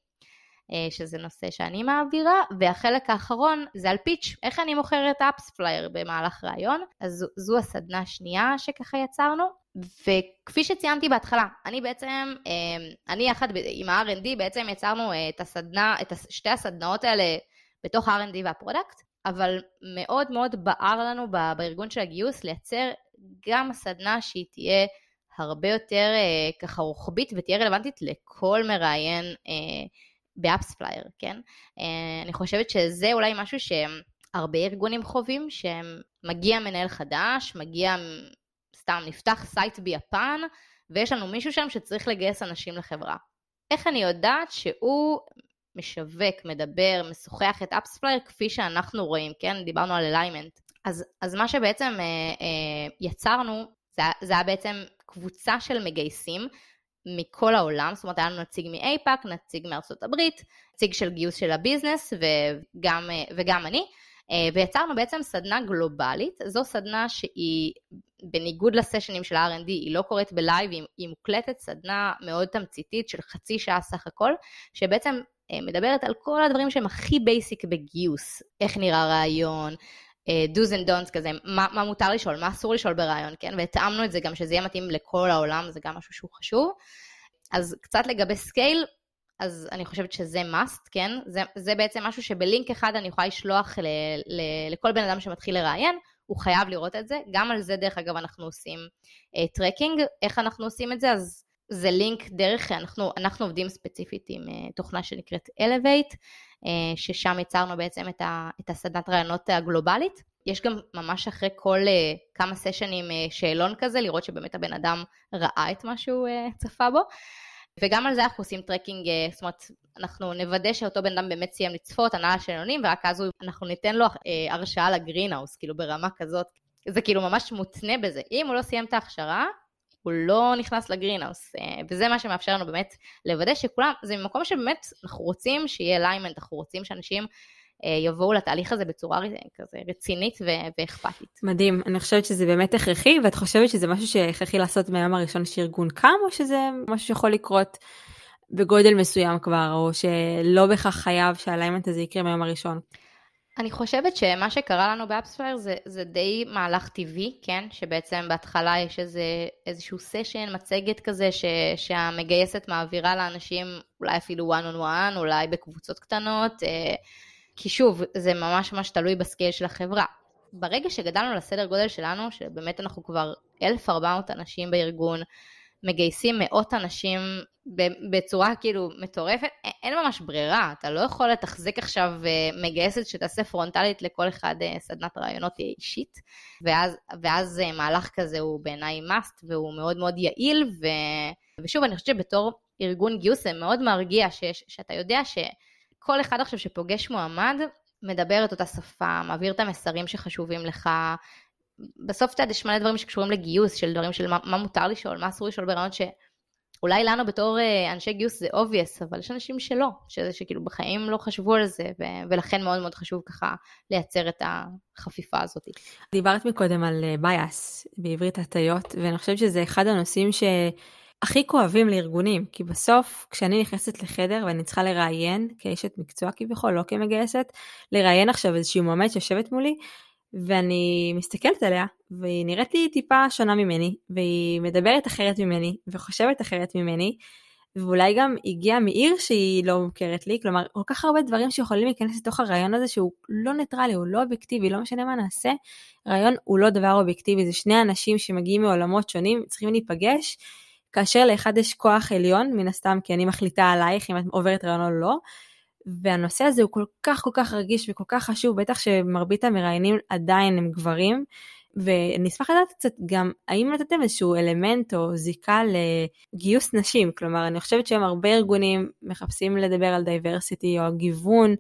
שזה נושא שאני מעבירה, והחלק האחרון זה על פיץ', איך אני מוכרת אפספלייר במהלך רעיון, אז זו הסדנה השנייה שככה יצרנו, וכפי שציינתי בהתחלה, אני יחד עם ה-R&D בעצם יצרנו את שתי הסדנאות האלה בתוך ה-R&D והפרודקט, אבל מאוד מאוד בער לנו בארגון של הגיוס לייצר גם סדנה שהיא תהיה הרבה יותר ככה רוחבית ותהיה רלוונטית לכל מראיין באפספלייר, כן? אני חושבת שזה אולי משהו שהרבה ארגונים חווים, שמגיע מנהל חדש, סתם נפתח סייט ביפן, ויש לנו מישהו שם שצריך לגייס אנשים לחברה. איך אני יודעת שהוא משווק, מדבר, משוחח את אפספלייר כפי שאנחנו רואים, כן? דיברנו על אליימנט. אז מה שבעצם יצרנו, זה היה בעצם קבוצה של מגייסים מכל העולם, זאת אומרת, היה לנו נציג מאיפאק, נציג מארצות הברית, נציג של גיוס של הביזנס, וגם אני, ויצרנו בעצם סדנה גלובלית, זו סדנה שהיא, בניגוד לסשנים של ה-R&D, היא לא קורית בלייב, היא מוקלטת, סדנה מאוד תמציתית של חצי שעה סך הכל, שבעצם מדברת על כל הדברים שהם הכי בייסיק בגיוס, איך נראה רעיון, do's and don'ts כזה, מה מותר לשאול, מה אסור לשאול ברעיון, כן? והתאמנו את זה גם שזה יהיה מתאים לכל העולם, זה גם משהו שהוא חשוב. אז קצת לגבי סקייל, אז אני חושבת שזה must, כן? זה בעצם משהו שבלינק אחד אני יכולה לשלוח לכל בן אדם שמתחיל לראיין, הוא חייב לראות את זה. גם על זה דרך אגב אנחנו עושים טרקינג, איך אנחנו עושים את זה? אז זה לינק דרך, אנחנו עובדים ספציפית עם תוכנה שנקראת Elevate, ששם יצרנו בעצם את הסדנת רעיונות הגלובלית. יש גם ממש אחרי כל כמה סשנים שאלון כזה, לראות שבאמת הבן אדם ראה את מה שהוא צפה בו. וגם על זה אנחנו עושים טרקינג, זאת אומרת, אנחנו נוודא שאותו בן אדם באמת סיים לצפות, ענה לשאלונים, ורק אז אנחנו ניתן לו הרשאה לגרינהאוס, כאילו ברמה כזאת. זה כאילו ממש מותנה בזה. אם הוא לא סיים את ההכשרה, הוא לא נכנס לגרינהאוס, וזה מה שמאפשר לנו באמת לוודא שכולם, זה ממקום שבאמת אנחנו רוצים שיהיה אליימנט, אנחנו רוצים שאנשים יבואו לתהליך הזה בצורה כזה רצינית ואכפתית. מדהים, אני חושבת שזה באמת הכרחי, ואת חושבת שזה משהו שהכרחי לעשות מהיום הראשון שארגון קם, או שזה משהו שיכול לקרות בגודל מסוים כבר, או שלא בכך חייב שהאליימנט הזה יקרה מהיום הראשון? אני חושבת שמה שקרה לנו באפספייר זה די מהלך טבעי, כן? שבעצם בהתחלה יש איזשהו סשן, מצגת כזה, שהמגייסת מעבירה לאנשים, אולי אפילו one on one, אולי בקבוצות קטנות, כי שוב, זה ממש ממש תלוי בסקייל של החברה. ברגע שגדלנו לסדר גודל שלנו, שבאמת אנחנו כבר 1,400 אנשים בארגון, מגייסים מאות אנשים בצורה כאילו מטורפת, אין ממש ברירה, אתה לא יכול לתחזק עכשיו מגייסת שתעשה פרונטלית לכל אחד סדנת רעיונות אישית, ואז מהלך כזה הוא בעיניי מאסט, והוא מאוד מאוד יעיל, ושוב אני חושבת שבתור ארגון גיוס זה מאוד מרגיע, שאתה יודע שכל אחד עכשיו שפוגש מועמד, מדבר את אותה שפה, מעביר את המסרים שחשובים לך, בסוף יש מלא דברים שקשורים לגיוס, של דברים של מה מותר לשאול, מה אסור לשאול ברעיונות שאולי לנו בתור אנשי גיוס זה obvious, אבל יש אנשים שלא, שכאילו בחיים לא חשבו על זה, ולכן מאוד מאוד חשוב ככה לייצר את החפיפה הזאת. דיברת מקודם על bias, בעברית הטיות, ואני חושבת שזה אחד הנושאים הכי כואבים לארגונים, כי בסוף כשאני נכנסת לחדר ואני צריכה לראיין כאשת מקצוע כביכול, לא כמגייסת, לראיין עכשיו איזושהי מועמד שיושבת מולי, ואני מסתכלת עליה, והיא נראית לי טיפה שונה ממני, והיא מדברת אחרת ממני, וחושבת אחרת ממני, ואולי גם הגיעה מעיר שהיא לא מוכרת לי, כלומר, כל כך הרבה דברים שיכולים להיכנס לתוך הרעיון הזה, שהוא לא ניטרלי, הוא לא אובייקטיבי, לא משנה מה נעשה, רעיון הוא לא דבר אובייקטיבי, זה שני אנשים שמגיעים מעולמות שונים, צריכים להיפגש, כאשר לאחד יש כוח עליון, מן הסתם, כי אני מחליטה עלייך, אם את עוברת רעיון או לא, והנושא הזה הוא כל כך רגיש וכל כך חשוב, בטח שמרבית המראיינים עדיין הם גברים, ונשמח לדעת קצת גם, האם נתתם איזשהו אלמנט או זיקה לגיוס נשים, כלומר אני חושבת שהם הרבה ארגונים מחפשים לדבר על דייברסיטי או הגיוון,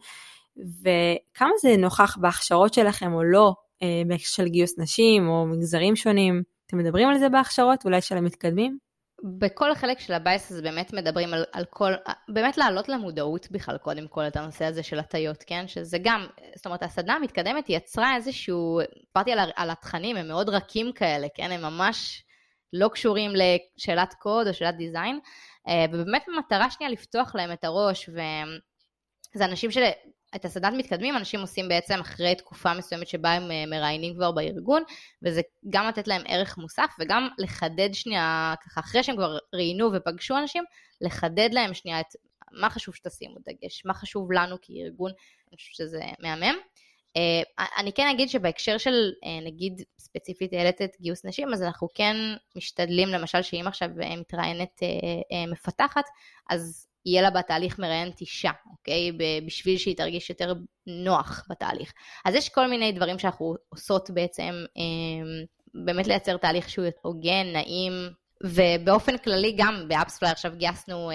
וכמה זה נוכח בהכשרות שלכם או לא, של גיוס נשים או מגזרים שונים, אתם מדברים על זה בהכשרות, אולי של המתקדמים? בכל החלק של הבייס הזה באמת מדברים על כל, באמת לעלות למודעות בכלל קודם כל את הנושא הזה של הטיות, כן? שזה גם, זאת אומרת, הסדנה המתקדמת יצרה איזשהו, דיברתי על התכנים, הם מאוד רכים כאלה, כן? הם ממש לא קשורים לשאלת קוד או שאלת דיזיין, ובאמת במטרה שנייה לפתוח להם את הראש, וזה אנשים את הסדנת מתקדמים, אנשים עושים בעצם אחרי תקופה מסוימת שבה הם מראיינים כבר בארגון, וזה גם לתת להם ערך מוסף, וגם לחדד שנייה, ככה אחרי שהם כבר ראיינו ופגשו אנשים, לחדד להם שנייה את מה חשוב שתשימו דגש, מה חשוב לנו כארגון, אני חושבת שזה מהמם. אני כן אגיד שבהקשר של, נגיד ספציפית העלת את גיוס נשים, אז אנחנו כן משתדלים, למשל שאם עכשיו מתראיינת מפתחת, אז יהיה לה בתהליך מראיינת אישה, אוקיי? בשביל שהיא תרגיש יותר נוח בתהליך. אז יש כל מיני דברים שאנחנו עושות בעצם, באמת לייצר תהליך שהוא הוגן, נעים, ובאופן כללי גם באפספלייר עכשיו גייסנו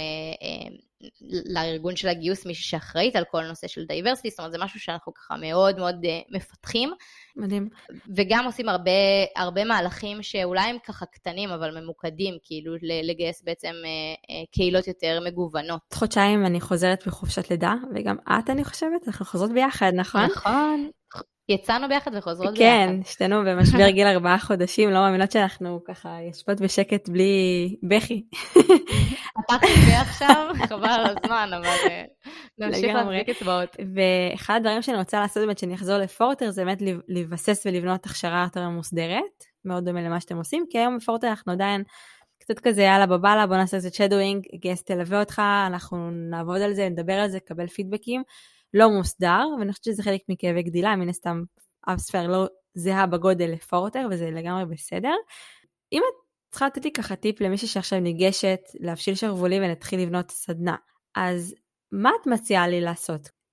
לארגון של הגיוס מישהו שאחראית על כל נושא של דייברסיטי, זאת אומרת זה משהו שאנחנו ככה מאוד מאוד מפתחים. מדהים. וגם עושים הרבה מהלכים שאולי הם ככה קטנים אבל ממוקדים, כאילו לגייס בעצם קהילות יותר מגוונות. חודשיים אני חוזרת בחופשת לידה, וגם את אני חושבת, אנחנו חוזרות ביחד, נכון? נכון. יצאנו ביחד וחוזרות ביחד. כן, שתינו במשבר גיל 4 חודשים, לא מאמינות שאנחנו ככה ישבות בשקט בלי בכי. אתה תקבע עכשיו, חבל על הזמן, אבל נמשיך להחזיק אצבעות. ואחד הדברים שאני רוצה לעשות באמת שאני אחזור לפורטר, זה באמת לבסס ולבנות הכשרה יותר מוסדרת, מאוד דומה למה שאתם עושים, כי היום בפורטר אנחנו עדיין קצת כזה, יאללה בבאללה, בוא נעשה קצת שדואינג, גייס תלווה אותך, אנחנו נעבוד על זה, נדבר על זה, קבל פידבקים. לא מוסדר, ואני חושבת שזה חלק מכאבי גדילה, מן הסתם אפספייר לא זהה בגודל לפורטר, וזה לגמרי בסדר. אם את צריכה לתת לי ככה טיפ למישהי שעכשיו ניגשת, להבשיל שרוולי ונתחיל לבנות סדנה, אז מה את מציעה לי לעשות?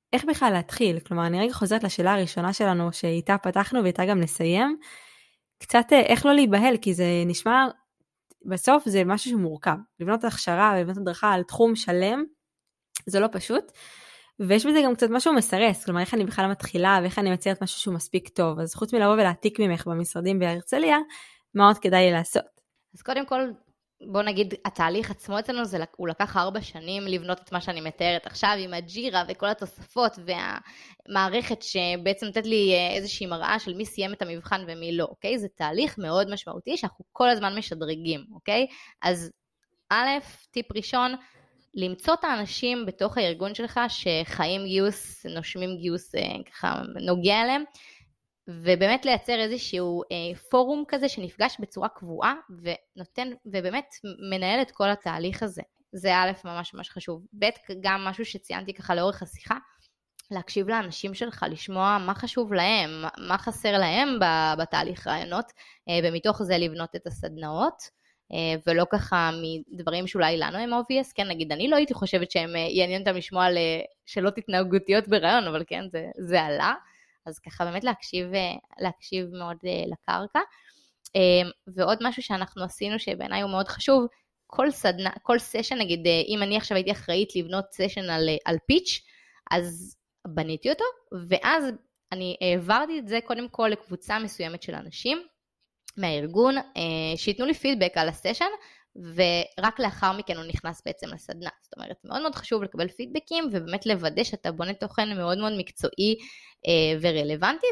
איך בכלל להתחיל? כלומר, אני רגע חוזרת לשאלה הראשונה שלנו, שאיתה פתחנו ואיתה גם נסיים, קצת איך לא להיבהל, כי זה נשמע, בסוף זה משהו שמורכב, לבנות הכשרה ולבנות הדרכה על תחום שלם, זה לא פשוט, ויש בזה גם קצת משהו מסרס, כלומר איך אני בכלל מתחילה, ואיך אני מציירת משהו שהוא מספיק טוב, אז חוץ מלבוא ולהעתיק ממך במשרדים בהרצליה, מה עוד כדאי לי לעשות? אז קודם כל, בוא נגיד, התהליך עצמו אצלנו, הוא לקח 4 שנים לבנות את מה שאני מתארת עכשיו, עם הג'ירה וכל התוספות, והמערכת שבעצם נתת לי איזושהי מראה של מי סיים את המבחן ומי לא, אוקיי? זה תהליך מאוד משמעותי, שאנחנו כל הזמן משדרגים, אוקיי? אז א', טיפ ראשון, למצוא את האנשים בתוך הארגון שלך, שחיים גיוס, נושמים גיוס, ככה נוגע אליהם, ובאמת לייצר איזשהו פורום כזה שנפגש בצורה קבועה ונותן ובאמת מנהל את כל התהליך הזה. זה א' ממש ממש חשוב. ב' גם משהו שציינתי ככה לאורך השיחה, להקשיב לאנשים שלך, לשמוע מה חשוב להם, מה חסר להם בתהליך רעיונות, ומתוך זה לבנות את הסדנאות, ולא ככה מדברים שאולי לנו הם obvious, כן, נגיד אני לא הייתי חושבת שהם יעניין אותם לשמוע שאלות התנהגותיות ברעיון, אבל כן, זה עלה. אז ככה באמת להקשיב מאוד לקרקע. ועוד משהו שאנחנו עשינו שבעיניי הוא מאוד חשוב, כל סשן, נגיד, אם אני עכשיו הייתי אחראית לבנות סשן על פיץ', אז בניתי אותו, ואז אני העברתי את זה קודם כל לקבוצה מסוימת של אנשים מהארגון, שיתנו לי פידבק על הסשן, ורק לאחר מכן הוא נכנס בעצם לסדנה. זאת אומרת, מאוד מאוד חשוב לקבל פידבקים, ובאמת לוודא שאתה בונה תוכן מאוד מאוד מקצועי ורלוונטי,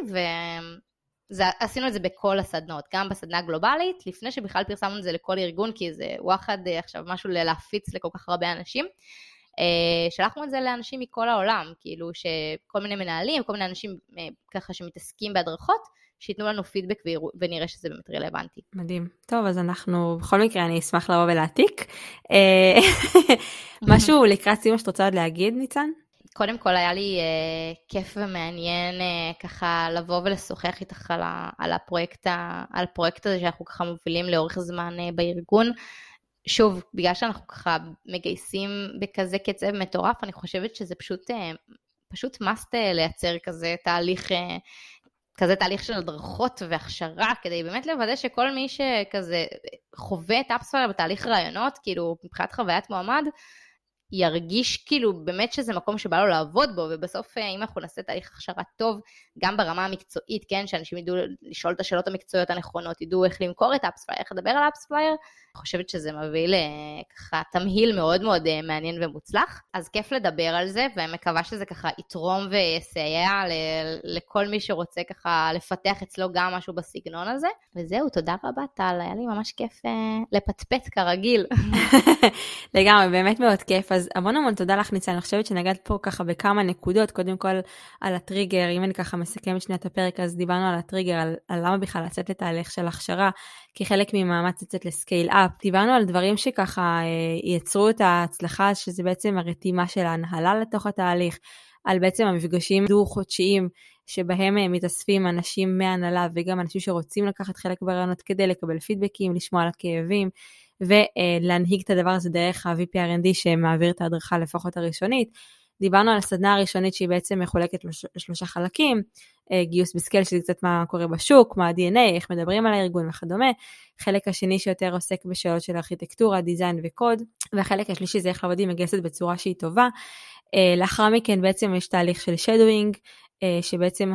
ועשינו את זה בכל הסדנות, גם בסדנה הגלובלית, לפני שבכלל פרסמנו את זה לכל ארגון, כי זה וואחד עכשיו משהו להפיץ לכל כך הרבה אנשים, שלחנו את זה לאנשים מכל העולם, כאילו שכל מיני מנהלים, כל מיני אנשים ככה שמתעסקים בהדרכות, שיתנו לנו פידבק ונראה שזה באמת רלוונטי. מדהים. טוב, אז אנחנו, בכל מקרה, אני אשמח לבוא ולהעתיק. משהו לקראת סיום שאת רוצה עוד להגיד, ניצן? קודם כל היה לי כיף ומעניין ככה לבוא ולשוחח איתך על הפרויקט הזה שאנחנו ככה מובילים לאורך זמן בארגון. שוב, בגלל שאנחנו ככה מגייסים בכזה קצב מטורף, אני חושבת שזה פשוט must לייצר כזה תהליך של הדרכות והכשרה, כדי באמת לוודא שכל מי שכזה חווה את אפספייר בתהליך רעיונות, כאילו מבחינת חוויית מועמד, ירגיש כאילו באמת שזה מקום שבא לו לעבוד בו, ובסוף אם אנחנו נעשה תהליך הכשרה טוב, גם ברמה המקצועית, כן, שאנשים ידעו לשאול את השאלות המקצועיות הנכונות, ידעו איך למכור את אפספייר, איך לדבר על אפספייר, אני חושבת שזה מביא לככה תמהיל מאוד מאוד מעניין ומוצלח, אז כיף לדבר על זה, ומקווה שזה ככה יתרום ויסייע לכל מי שרוצה ככה לפתח אצלו גם משהו בסגנון הזה, וזהו, תודה רבה טל, היה לי ממש כיף לפטפט כרגיל. לגמרי, באמת מאוד כיף, אז המון תודה לך ניצן, אני חושבת שנגעת פה ככה בכמה נקודות, קודם כל על הטריגר, אם אני ככה מסכם את שנייה את הפרק, אז דיברנו על הטריגר, על למה בכלל לצאת לתהליך של הכשרה, כחלק ממאמץ לצאת לסקייל אפ, דיברנו על דברים שככה יצרו את ההצלחה, שזה בעצם הרתימה של ההנהלה לתוך התהליך, על בעצם המפגשים דו-חודשיים, שבהם מתאספים אנשים מהנהלה, וגם אנשים שרוצים לקחת חלק ברעיונות, כדי לקבל פידבקים, לשמוע על הכאבים, ולהנהיג את הדבר הזה דרך ה-VPRND שמעביר את ההדרכה לפחות הראשונית. דיברנו על הסדנה הראשונית שהיא בעצם מחולקת ל3 חלקים, גיוס בסקייל שזה קצת מה קורה בשוק, מה ה-DNA, איך מדברים על הארגון וכדומה, חלק השני שיותר עוסק בשאלות של ארכיטקטורה, דיזיין וקוד, והחלק השלישי זה איך לעבוד עם מגייסת בצורה שהיא טובה. לאחר מכן בעצם יש תהליך של שדווינג, שבעצם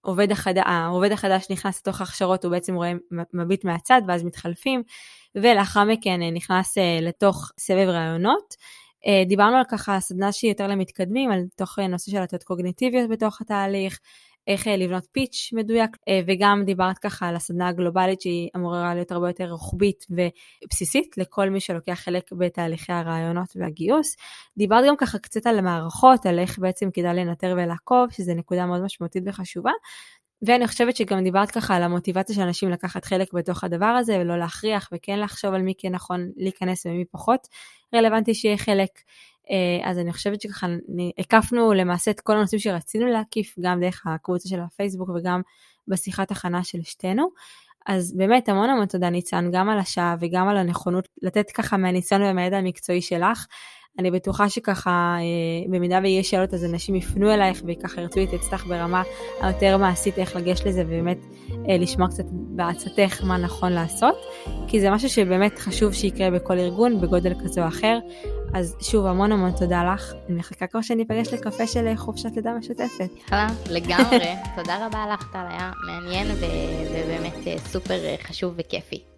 העובד החדש נכנס לתוך ההכשרות, הוא בעצם רואה מביט מהצד ואז מתחלפים, ולאחר מכן נכנס לתוך סבב רעיונות. דיברנו על ככה סדנה שהיא יותר למתקדמים, על תוך נושא של התות קוגניטיביות בתוך התהליך, איך לבנות פיץ' מדויק, וגם דיברת ככה על הסדנה הגלובלית שהיא אמורה להיות הרבה יותר רוחבית ובסיסית לכל מי שלוקח חלק בתהליכי הרעיונות והגיוס. דיברת גם ככה קצת על המערכות, על איך בעצם כדאי לנטר ולעקוב, שזה נקודה מאוד משמעותית וחשובה, ואני חושבת שגם דיברת ככה על המוטיבציה של אנשים לקחת חלק בתוך הדבר הזה, ולא להכריח וכן לחשוב על מי כן נכון להיכנס ומי פחות רלוונטי שיהיה חלק. אז אני חושבת שככה הקפנו למעשה את כל הנושאים שרצינו להקיף, גם דרך הקבוצה של הפייסבוק וגם בשיחת הכנה של שתינו. אז באמת המון תודה ניצן, גם על השעה וגם על הנכונות לתת ככה מהניסיון ומהידע המקצועי שלך. אני בטוחה שככה, במידה ויש שאלות, אז אנשים יפנו אלייך, וככה ירצו להתייעץ איתך ברמה היותר מעשית, איך לגשת לזה, ובאמת לשמוע קצת בעצתך מה נכון לעשות, כי זה משהו שבאמת חשוב שיקרה בכל ארגון, בגודל כזה או אחר. אז שוב, המון המון תודה לך. אני מחכה כבר שניפגש לקפה של חופשת לידה משותפת. לגמרי. תודה רבה לך, טל, היה מעניין ובאמת סופר חשוב וכיפי.